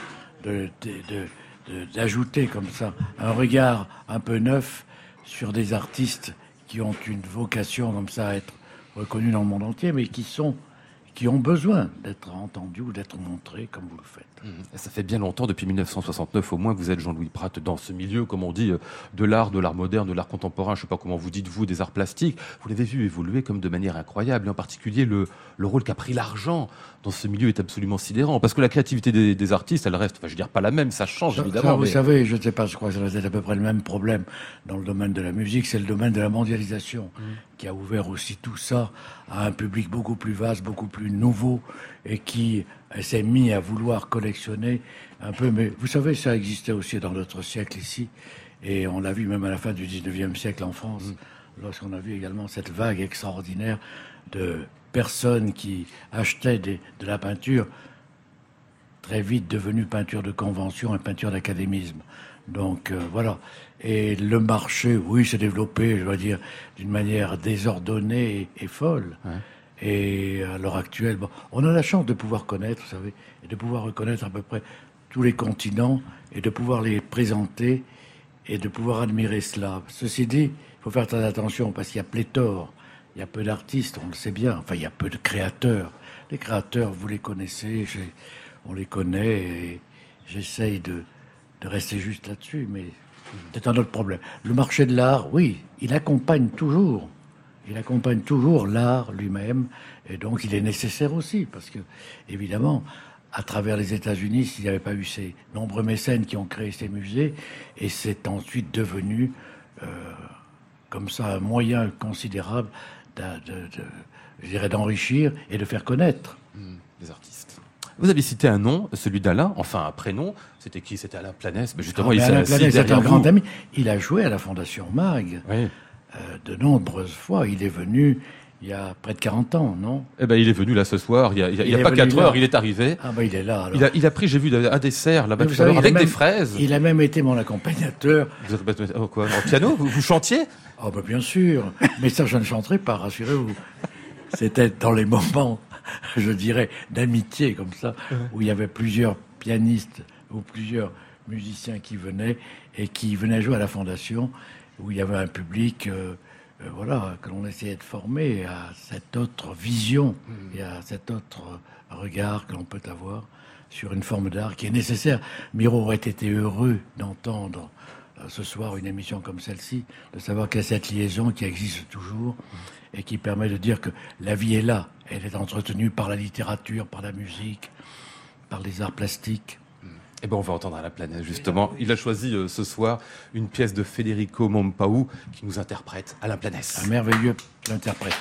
d'ajouter comme ça un regard un peu neuf sur des artistes qui ont une vocation comme ça à être reconnus dans le monde entier, mais qui ont besoin d'être entendus ou d'être montrés comme vous le faites. Ça fait bien longtemps, depuis 1969 au moins, que vous êtes Jean-Louis Prat dans ce milieu, comme on dit, de l'art moderne, de l'art contemporain, je ne sais pas comment vous dites, vous, des arts plastiques. Vous l'avez vu évoluer comme de manière incroyable, et en particulier le rôle qu'a pris l'argent dans ce milieu est absolument sidérant, parce que la créativité des artistes, elle reste, enfin, je veux dire, pas la même, ça change évidemment. Ça, vous savez, je ne sais pas, je crois que c'est à peu près le même problème dans le domaine de la musique, c'est le domaine de la mondialisation, qui a ouvert aussi tout ça à un public beaucoup plus vaste, beaucoup plus nouveau, et qui s'est mis à vouloir collectionner un peu. Mais vous savez, ça existait aussi dans notre siècle ici, et on l'a vu même à la fin du 19e siècle en France, lorsqu'on a vu également cette vague extraordinaire de personnes qui achetaient de la peinture, très vite devenue peinture de convention et peinture d'académisme. Donc voilà. Et le marché, oui, s'est développé, je dois dire, d'une manière désordonnée et folle. Ouais. Et à l'heure actuelle, bon, on a la chance de pouvoir connaître, vous savez, et de pouvoir reconnaître à peu près tous les continents et de pouvoir les présenter et de pouvoir admirer cela. Ceci dit, il faut faire très attention parce qu'il y a pléthore, il y a peu d'artistes, on le sait bien, enfin il y a peu de créateurs. Les créateurs, vous les connaissez, on les connaît et j'essaye de rester juste là-dessus, mais c'est un autre problème. Le marché de l'art, oui, il accompagne toujours l'art lui-même, et donc il est nécessaire aussi, parce que, évidemment, à travers les États-Unis, s'il n'y avait pas eu ces nombreux mécènes qui ont créé ces musées, et c'est ensuite devenu, comme ça, un moyen considérable je dirais, d'enrichir et de faire connaître. Les artistes. Vous avez cité un nom, celui d'Alain, enfin un prénom. C'était qui? C'était Alain Planès. Mais justement, Alain Planès est un grand ami. Il a joué à la Fondation Mag de nombreuses fois. Il est venu il y a près de 40 ans, non? Eh ben, il est venu là ce soir. Il y a pas 4 heures, il est arrivé. Ah ben, il est là. Alors. Il a pris, j'ai vu un dessert là-bas tout à l'heure avec des fraises. Il a même été mon accompagnateur. Quoi, en piano? Vous chantiez? Oh ben bien sûr. Mais ça, je ne chanterai pas, rassurez-vous. C'était dans les moments, je dirais, d'amitié comme ça, où il y avait plusieurs pianistes ou plusieurs musiciens qui venaient jouer à la Fondation, où il y avait un public, voilà, que l'on essayait de former à cette autre vision et à cet autre regard que l'on peut avoir sur une forme d'art qui est nécessaire. Miro aurait été heureux d'entendre ce soir une émission comme celle-ci, de savoir qu'il y a cette liaison qui existe toujours et qui permet de dire que la vie est là. Elle est entretenue par la littérature, par la musique, par les arts plastiques. Eh ben, on va entendre Alain Planès, justement. Il a choisi ce soir une pièce de Federico Mompau qui nous interprète Alain Planès. Un merveilleux interprète.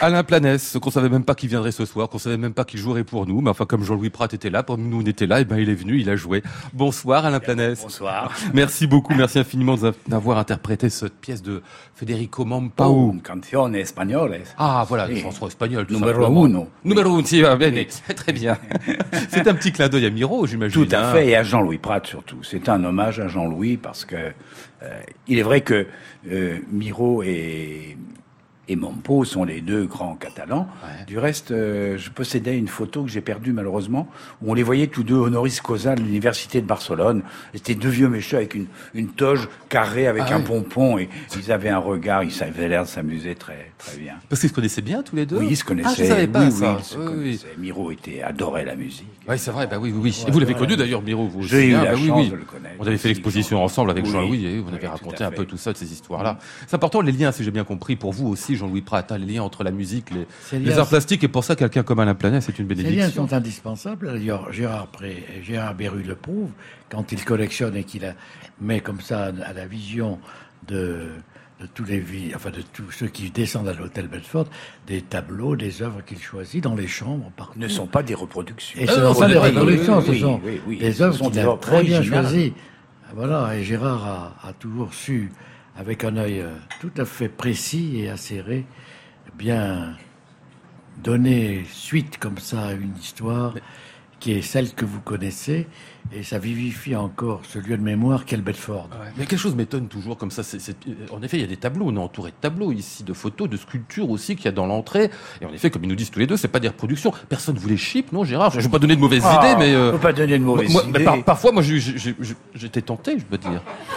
Alain Planès, qu'on savait même pas qu'il viendrait ce soir, qu'on savait même pas qu'il jouerait pour nous, mais enfin comme Jean-Louis Prat était là, nous on était là, et ben il est venu, il a joué. Bonsoir Alain Planès. Bonsoir. Merci beaucoup, merci infiniment d'avoir interprété cette pièce de Federico Mompau. Une canzone espagnole. Ah voilà, Oui. une chanson espagnole. tout Numéro simplement. uno. Numéro uno, si, va bene. Très bien. C'est un petit clin d'œil à Miro, j'imagine. Tout à fait, et à Jean-Louis Prat surtout. C'est un hommage à Jean-Louis parce que il est vrai que Miro et Mompau sont les deux grands catalans. Ouais. Du reste, je possédais une photo que j'ai perdue malheureusement, où on les voyait tous deux honoris causa de l'université de Barcelone. C'était deux vieux méchants avec une toge carrée avec un pompon, et ils avaient un regard, ils avaient l'air de s'amuser très, très bien. Parce qu'ils se connaissaient bien tous les deux. Oui, ils se connaissaient. Ah, je savais pas oui, ça. ils se Oui, oui. connaissaient. Miro adorait la musique. Oui, c'est vrai, bah oui. Et vous l'avez connu d'ailleurs, Miro, vous aussi. J'ai eu hein, la bah chance de le connaître. On avait fait l'exposition ensemble avec Oui. Jean-Louis et vous Oui, avez tout raconté à un peu fait. tout ça, de ces histoires-là. C'est important, les liens, si j'ai bien compris, pour vous aussi, Jean-Louis Prat, hein, les liens entre la musique, Ces les liens- arts plastiques, et pour ça, quelqu'un comme Alain Planès, c'est une Ces liens bénédiction. sont indispensables. D'ailleurs, Gérard Berru le prouve quand il collectionne et qu'il met comme ça à la vision de tous de tous ceux qui descendent à l'hôtel Bedford, des tableaux, des œuvres qu'il choisit dans les chambres. Partout. Ne sont pas des reproductions. Et ce ne sont pas des oui, reproductions, oui, ce sont oui. des Ce œuvres sont qu'il des a œuvres très bien originales. choisies. Voilà, et Gérard a toujours su, avec un œil tout à fait précis et acéré, bien donner suite comme ça à une histoire qui est celle que vous connaissez, et ça vivifie encore ce lieu de mémoire qu'est le Bedford. Ouais. Mais quelque chose m'étonne toujours comme ça. En effet, il y a des tableaux, on est entouré de tableaux ici, de photos, de sculptures aussi qu'il y a dans l'entrée. Et en effet, comme ils nous disent tous les deux, c'est pas des reproductions. Personne voulait chip, non, Gérard? Je vais pas donner de mauvaises idées, mais faut pas donner de mauvaises moi, idées. mais parfois, moi, j'étais tenté, je peux dire.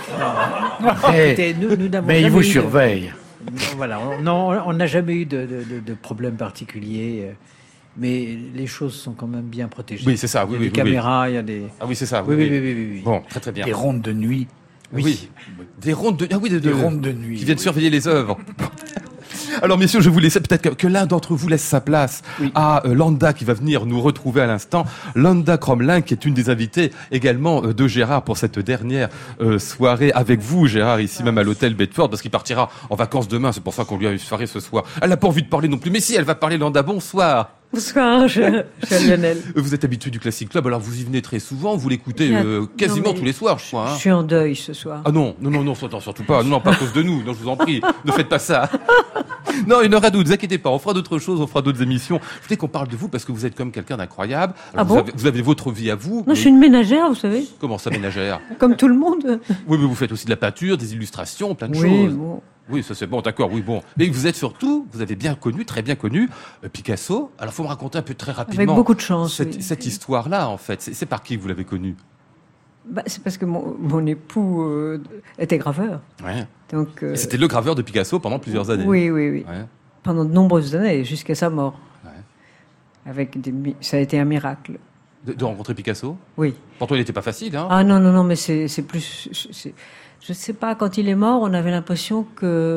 Écoutez, nous n'avons Mais il jamais vous eu de- surveille. Voilà, on n'a jamais eu de problème particulier, mais les choses sont quand même bien protégées. Oui, c'est ça. Il y Oui, a oui, des caméras, il y a des. Ah oui, c'est ça. Oui, oui, oui, oui, oui. Bon, très très bien. Des rondes de nuit. Oui. Des rondes de. Ah oui, Des rondes de nuit. qui viennent surveiller les œuvres. Alors, messieurs, je vous laisse peut-être que l'un d'entre vous laisse sa place à Landa, qui va venir nous retrouver à l'instant. Landa Cromlin, qui est une des invitées également de Gérard pour cette dernière soirée avec vous, Gérard, ici même à l'hôtel Bedford, parce qu'il partira en vacances demain. C'est pour ça qu'on lui a une soirée ce soir. Elle n'a pas envie de parler non plus, mais si, elle va parler. Landa, bonsoir. Bonsoir, cher Lionel. Vous êtes habitué du Classic Club, alors vous y venez très souvent, vous l'écoutez Non, quasiment mais tous les soirs, je crois. Hein. Je suis en deuil ce soir. Ah non, surtout pas. Non, pas à cause de nous. Non, je vous en prie, ne faites pas ça. Non, il y en aura d'autres, ne vous inquiétez pas. On fera d'autres choses, on fera d'autres émissions. Je voulais qu'on parle de vous parce que vous êtes comme quelqu'un d'incroyable. Alors, Ah bon vous avez votre vie à vous. Non, mais je suis une ménagère, vous savez, comment ça, ménagère? comme tout le monde. Oui, mais vous faites aussi de la peinture, des illustrations, plein de Oui, choses. bon. Oui, ça c'est bon, d'accord, oui, bon. Mais vous êtes surtout, vous avez bien connu, très bien connu, Picasso. Alors, faut me raconter un peu très rapidement. Avec beaucoup de chance. Cette, oui. cette histoire-là, en fait. C'est par qui vous l'avez connu? Bah, c'est parce que mon époux était graveur. Ouais. Donc, Et c'était le graveur de Picasso pendant plusieurs années. oui, oui, oui. Ouais. Pendant de nombreuses années, jusqu'à sa mort. Ouais. Avec ça a été un miracle. De rencontrer Picasso? Oui. Pourtant, il n'était pas facile, hein? Ah non, non, non, mais c'est plus. Je sais pas, quand il est mort, on avait l'impression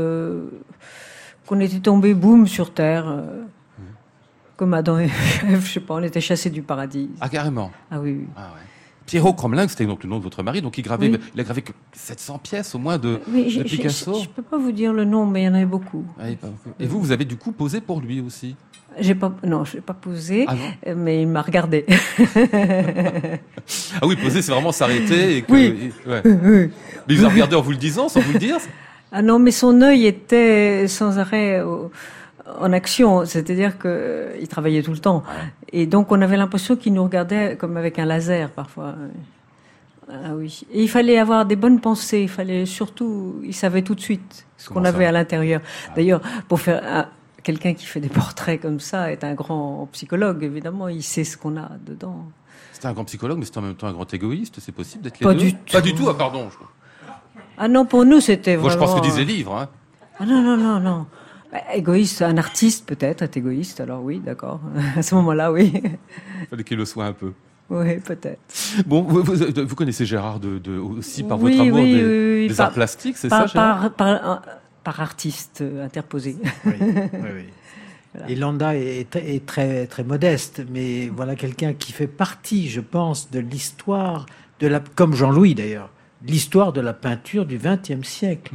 qu'on était tombé, boum, sur Terre. Comme Adam et Ève, je sais pas, on était chassés du paradis. Ah, carrément. Ah oui, oui. Ah, ouais. Pierrot Cromlin, c'était donc le nom de votre mari, donc il a gravé que 700 pièces au moins de Picasso. Je peux pas vous dire le nom, mais il y en avait beaucoup. Ouais, et vous avez du coup posé pour lui aussi? Je n'ai pas posé, Ah non. mais il m'a regardé. Ah oui, poser, c'est vraiment s'arrêter. Et que, Oui. ouais. Oui. Mais il vous a regardé en vous le disant, sans vous le dire? Ah non, mais son œil était sans arrêt en action, c'est-à-dire qu'il travaillait tout le temps. Et donc on avait l'impression qu'il nous regardait comme avec un laser parfois. Ah oui. Et il fallait avoir des bonnes pensées, il savait tout de suite ce qu'on avait à l'intérieur. D'ailleurs, pour faire quelqu'un qui fait des portraits comme ça est un grand psychologue, évidemment, il sait ce qu'on a dedans. C'était un grand psychologue, mais c'était en même temps un grand égoïste, c'est possible d'être les Pas deux? du tout. Pas du tout, ah pardon. Ah non, pour nous c'était Moi, vraiment... je pense que disent les livres. Hein. Ah non, non, non, non. Bah, égoïste, un artiste peut-être, est égoïste, alors oui, d'accord. À ce moment-là, oui. Il fallait qu'il le soit un peu. Oui, peut-être. Bon, vous connaissez Gérard aussi par Oui, votre amour oui, des arts plastiques, c'est ça, par, Gérard? par artiste interposé. Oui, oui, oui. Voilà. Et Landa est très, très modeste, mais voilà quelqu'un qui fait partie, je pense, de l'histoire, comme Jean-Louis d'ailleurs, l'histoire de la peinture du XXe siècle.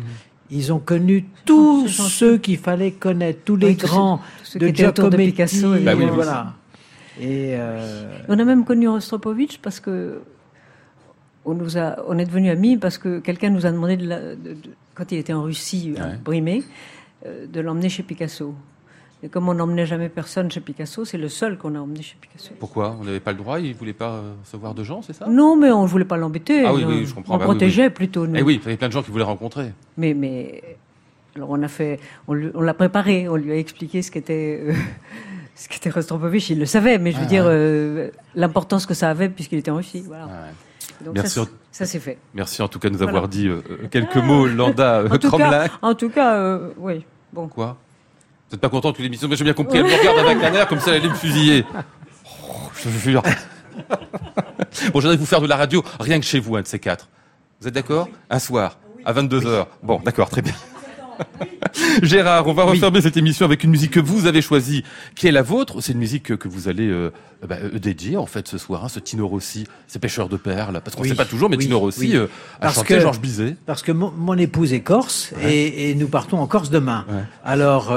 Ils ont connu tous ceux qu'il fallait connaître, tous les grands de Giacometti, Picasso. Bah oui, voilà. Et on a même connu Rostropovitch parce que on est devenus amis parce que quelqu'un nous a demandé quand il était en Russie, à Brimé, de l'emmener chez Picasso. Et comme on n'emmenait jamais personne chez Picasso, c'est le seul qu'on a emmené chez Picasso. Pourquoi? On n'avait pas le droit? Il ne voulait pas recevoir de gens, c'est ça? Non, mais on ne voulait pas l'embêter. Ah oui, oui, je comprends. On protégeait plutôt, nous. Et oui, il y avait plein de gens qui voulaient rencontrer. Mais alors on l'a préparé, on lui a expliqué ce qu'était Rostropovitch. Il le savait, mais je veux dire l'importance que ça avait puisqu'il était en Russie. Voilà. Donc merci ça c'est fait. Merci en tout cas de nous avoir dit quelques mots, Landa Cromlin. En tout cas, oui. Bon. Quoi? Vous n'êtes pas content de toute l'émission? Mais j'ai bien compris, elle me regarde avec un air comme ça, elle allait me fusiller. Oh, je te jure. Bon, j'aimerais vous faire de la radio, rien que chez vous, un de ces quatre. Vous êtes d'accord? Un soir, à 22h. Bon, d'accord, très bien. Gérard, on va refermer cette émission avec une musique que vous avez choisie, qui est la vôtre. C'est une musique que vous allez dédier en fait ce soir, ce Tino Rossi, ces pêcheurs de perles, parce qu'on ne sait pas toujours, mais Tino Rossi a chanté Georges Bizet. Parce que mon épouse est corse et nous partons en Corse demain. Ouais. Alors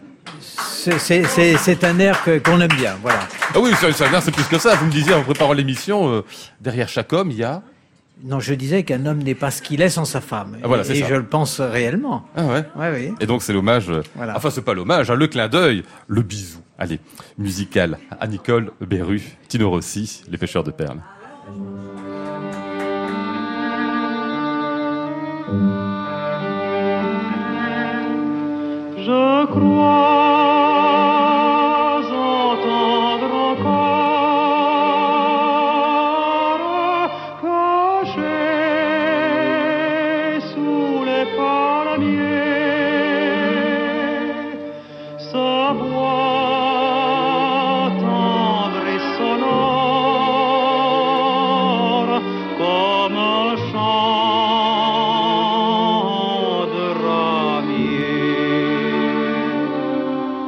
c'est un air qu'on aime bien, voilà. Ah oui, c'est un air, c'est plus que ça. Vous me disiez en préparant l'émission, derrière chaque homme, il y a... Non, je disais qu'un homme n'est pas ce qu'il est sans sa femme. Ah, voilà, et je le pense réellement. Ah ouais? Ouais, oui. Et donc c'est l'hommage, enfin c'est pas l'hommage, le clin d'œil, le bisou. Allez, musical à Nicole Berru, Tino Rossi, Les Pêcheurs de Perles. Je crois entendre encore caché sous les palmiers sa voix tendre et sonore comme un chant de ramier.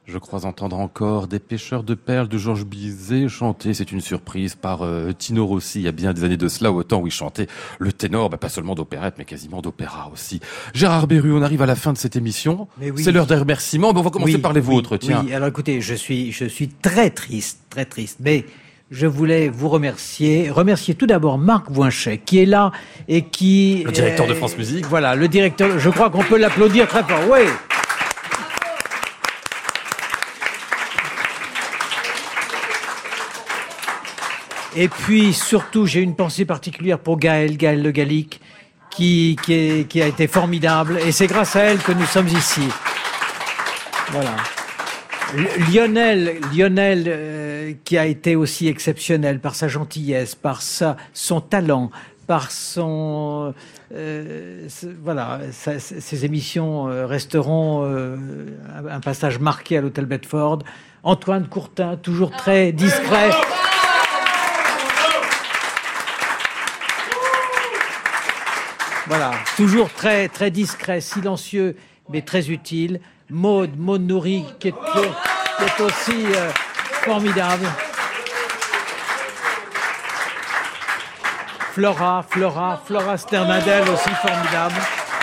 Je crois entendre encore des pêcheurs de perles de Georges Bizet chanter. C'est une surprise par Tino Rossi. Il y a bien des années de cela, au temps où il chantait le ténor, pas seulement d'opérette, mais quasiment d'opéra aussi. Gérard Berru, on arrive à la fin de cette émission. Oui. C'est l'heure des remerciements. On va commencer par les vôtres. Tiens. Oui, alors écoutez, je suis très triste, mais je voulais vous remercier tout d'abord Marc Voinchet, qui est là et qui... Le directeur de France Musique. Voilà, le directeur, je crois qu'on peut l'applaudir très fort. Oui. Et puis surtout, j'ai une pensée particulière pour Gaël Le Gallic, qui a été formidable, et c'est grâce à elle que nous sommes ici. Voilà. Lionel, qui a été aussi exceptionnel par sa gentillesse, par son talent, par son voilà, ces émissions resteront un passage marqué à l'hôtel Bedford. Antoine Courtin, toujours très discret. Voilà, toujours très très discret, silencieux, mais très utile. Maud Nourri, qui est aussi formidable. Flora Sternadel, aussi formidable.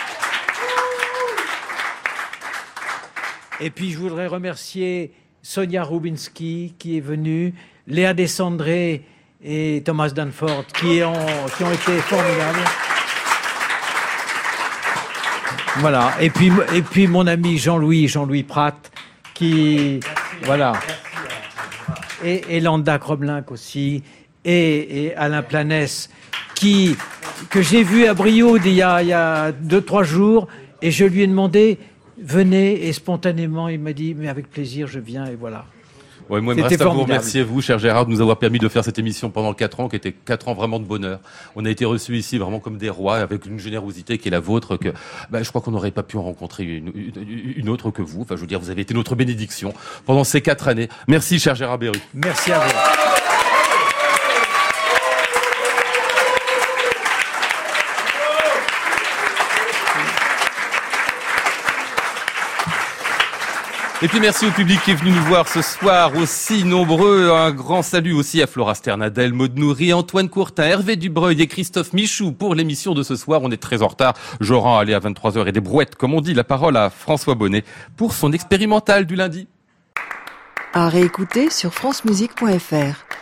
Et puis je voudrais remercier Sonia Rubinski qui est venue, Léa Descendré et Thomas Danforth qui ont été formidables. Voilà. Et puis mon ami Jean-Louis Prat qui voilà. Et Landa Kroblinck aussi et Alain Planès que j'ai vu à Brioude il y a 2-3 jours et je lui ai demandé venez et spontanément il m'a dit mais avec plaisir je viens et voilà. Ouais, moi, il me reste à vous remercier, vous, cher Gérard, de nous avoir permis de faire cette émission pendant 4 ans, qui était 4 ans vraiment de bonheur. On a été reçus ici vraiment comme des rois, avec une générosité qui est la vôtre, que je crois qu'on n'aurait pas pu en rencontrer une autre que vous. Enfin, je veux dire, vous avez été notre bénédiction pendant ces 4 années. Merci, cher Gérard Berru. Merci à vous. Et puis merci au public qui est venu nous voir ce soir, aussi nombreux. Un grand salut aussi à Flora Sternadel, Maud Nourri, Antoine Courtin, Hervé Dubreuil et Christophe Michou pour l'émission de ce soir. On est très en retard. Joran allait à 23h et des brouettes, comme on dit. La parole à François Bonnet pour son expérimental du lundi. À réécouter sur francemusique.fr.